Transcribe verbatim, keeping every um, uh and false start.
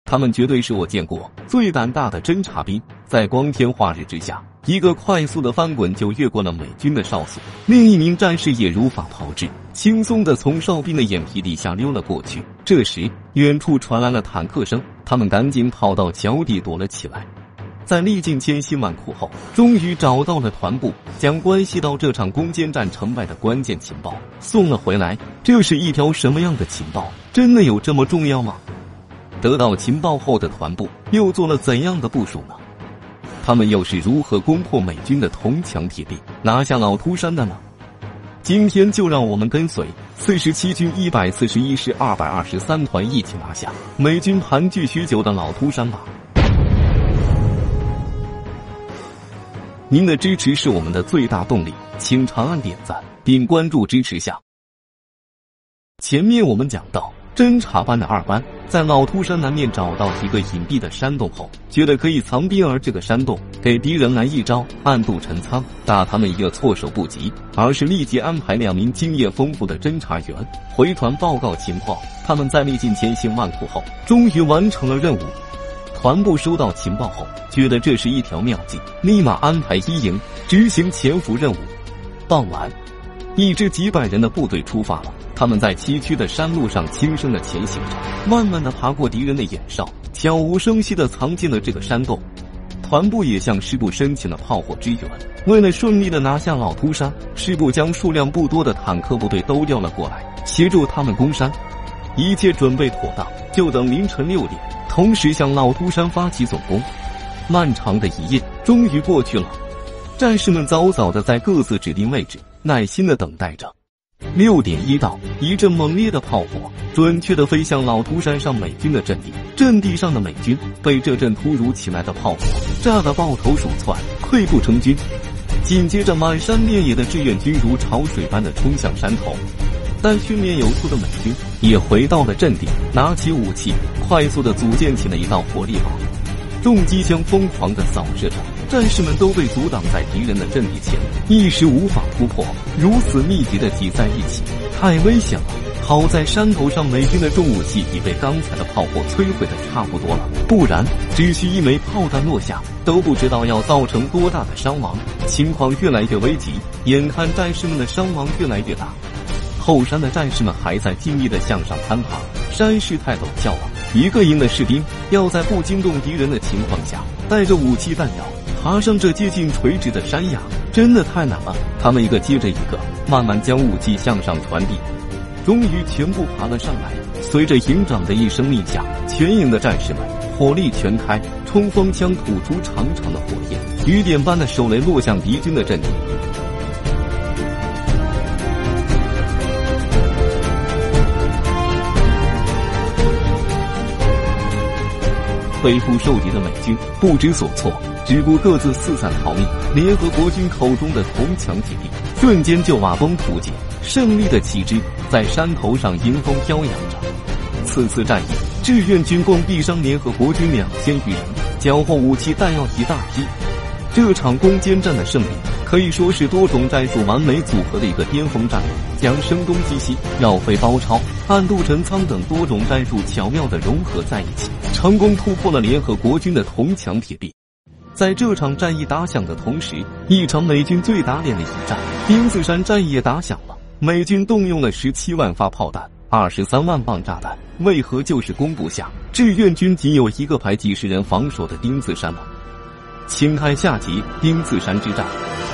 他们绝对是我见过最胆大的侦察兵，在光天化日之下，一个快速的翻滚就越过了美军的哨所，另一名战士也如法炮制，轻松地从哨兵的眼皮底下溜了过去。这时，远处传来了坦克声，他们赶紧跑到脚底躲了起来。在历尽千辛万苦后，终于找到了团部将关系到这场攻坚战成败的关键情报送了回来。这是一条什么样的情报？真的有这么重要吗？得到情报后的团部又做了怎样的部署呢？他们又是如何攻破美军的铜墙铁壁，拿下老秃山的呢？今天就让我们跟随四十七军一百四十一师二百二十三团一起拿下美军盘踞许久的老秃山吧。您的支持是我们的最大动力，请长按点赞并关注支持下。前面我们讲到，侦察班的二班在老秃山南面找到一个隐蔽的山洞后，觉得可以藏兵，而这个山洞给敌人来一招暗度陈仓，打他们一个措手不及，而是立即安排两名经验丰富的侦察员回团报告情况。他们在历尽千辛万苦后，终于完成了任务。团部收到情报后，觉得这是一条妙计，立马安排一营执行潜伏任务。傍晚，一支几百人的部队出发了。他们在崎岖的山路上轻声地前行着，慢慢地爬过敌人的眼哨，悄无声息地藏进了这个山洞。团部也向师部申请了炮火支援。为了顺利地拿下老秃山，师部将数量不多的坦克部队都调了过来，协助他们攻山。一切准备妥当，就等凌晨六点，同时向老秃山发起总攻。漫长的一夜终于过去了，战士们早早地在各自指定位置耐心地等待着。六点一到，一阵猛烈的炮火准确地飞向老秃山上美军的阵地，阵地上的美军被这阵突如其来的炮火炸得抱头鼠窜，溃不成军。紧接着，满山遍野的志愿军如潮水般地冲向山头，但训练有素的美军也回到了阵地，拿起武器，快速地组建起了一道火力网。重机枪疯狂地扫射着，战士们都被阻挡在敌人的阵地前，一时无法突破。如此密集地挤在一起，太危险了。好在山头上美军的重武器已被刚才的炮火摧毁得差不多了，不然只需一枚炮弹落下，都不知道要造成多大的伤亡。情况越来越危急，眼看战士们的伤亡越来越大，后山的战士们还在尽力地向上攀爬，山势太陡峭了，一个营的士兵要在不惊动敌人的情况下，带着武器弹药爬上这接近垂直的山崖，真的太难了。他们一个接着一个，慢慢将武器向上传递，终于全部爬了上来。随着营长的一声令下，全营的战士们火力全开，冲锋枪吐出长长的火焰，雨点般的手雷落向敌军的阵地。背负受敌的美军不知所措，只顾各自四散逃命。联合国军口中的铜墙铁壁瞬间就瓦崩图解，胜利的旗帜在山头上迎风飘扬着。此次战役，志愿军共毙伤联合国军两千余人，缴获武器弹药一大批。这场攻坚战的胜利可以说是多种战术完美组合的一个巅峰战略，将声东击西、绕飞包抄、暗度陈仓等多种战术巧妙地融合在一起，成功突破了联合国军的铜墙铁壁。在这场战役打响的同时，一场美军最打脸的一战丁字山战役也打响了。美军动用了十七万发炮弹、二十三万磅炸弹，为何就是攻不下志愿军仅有一个排几十人防守的丁字山呢？请看下集丁字山之战。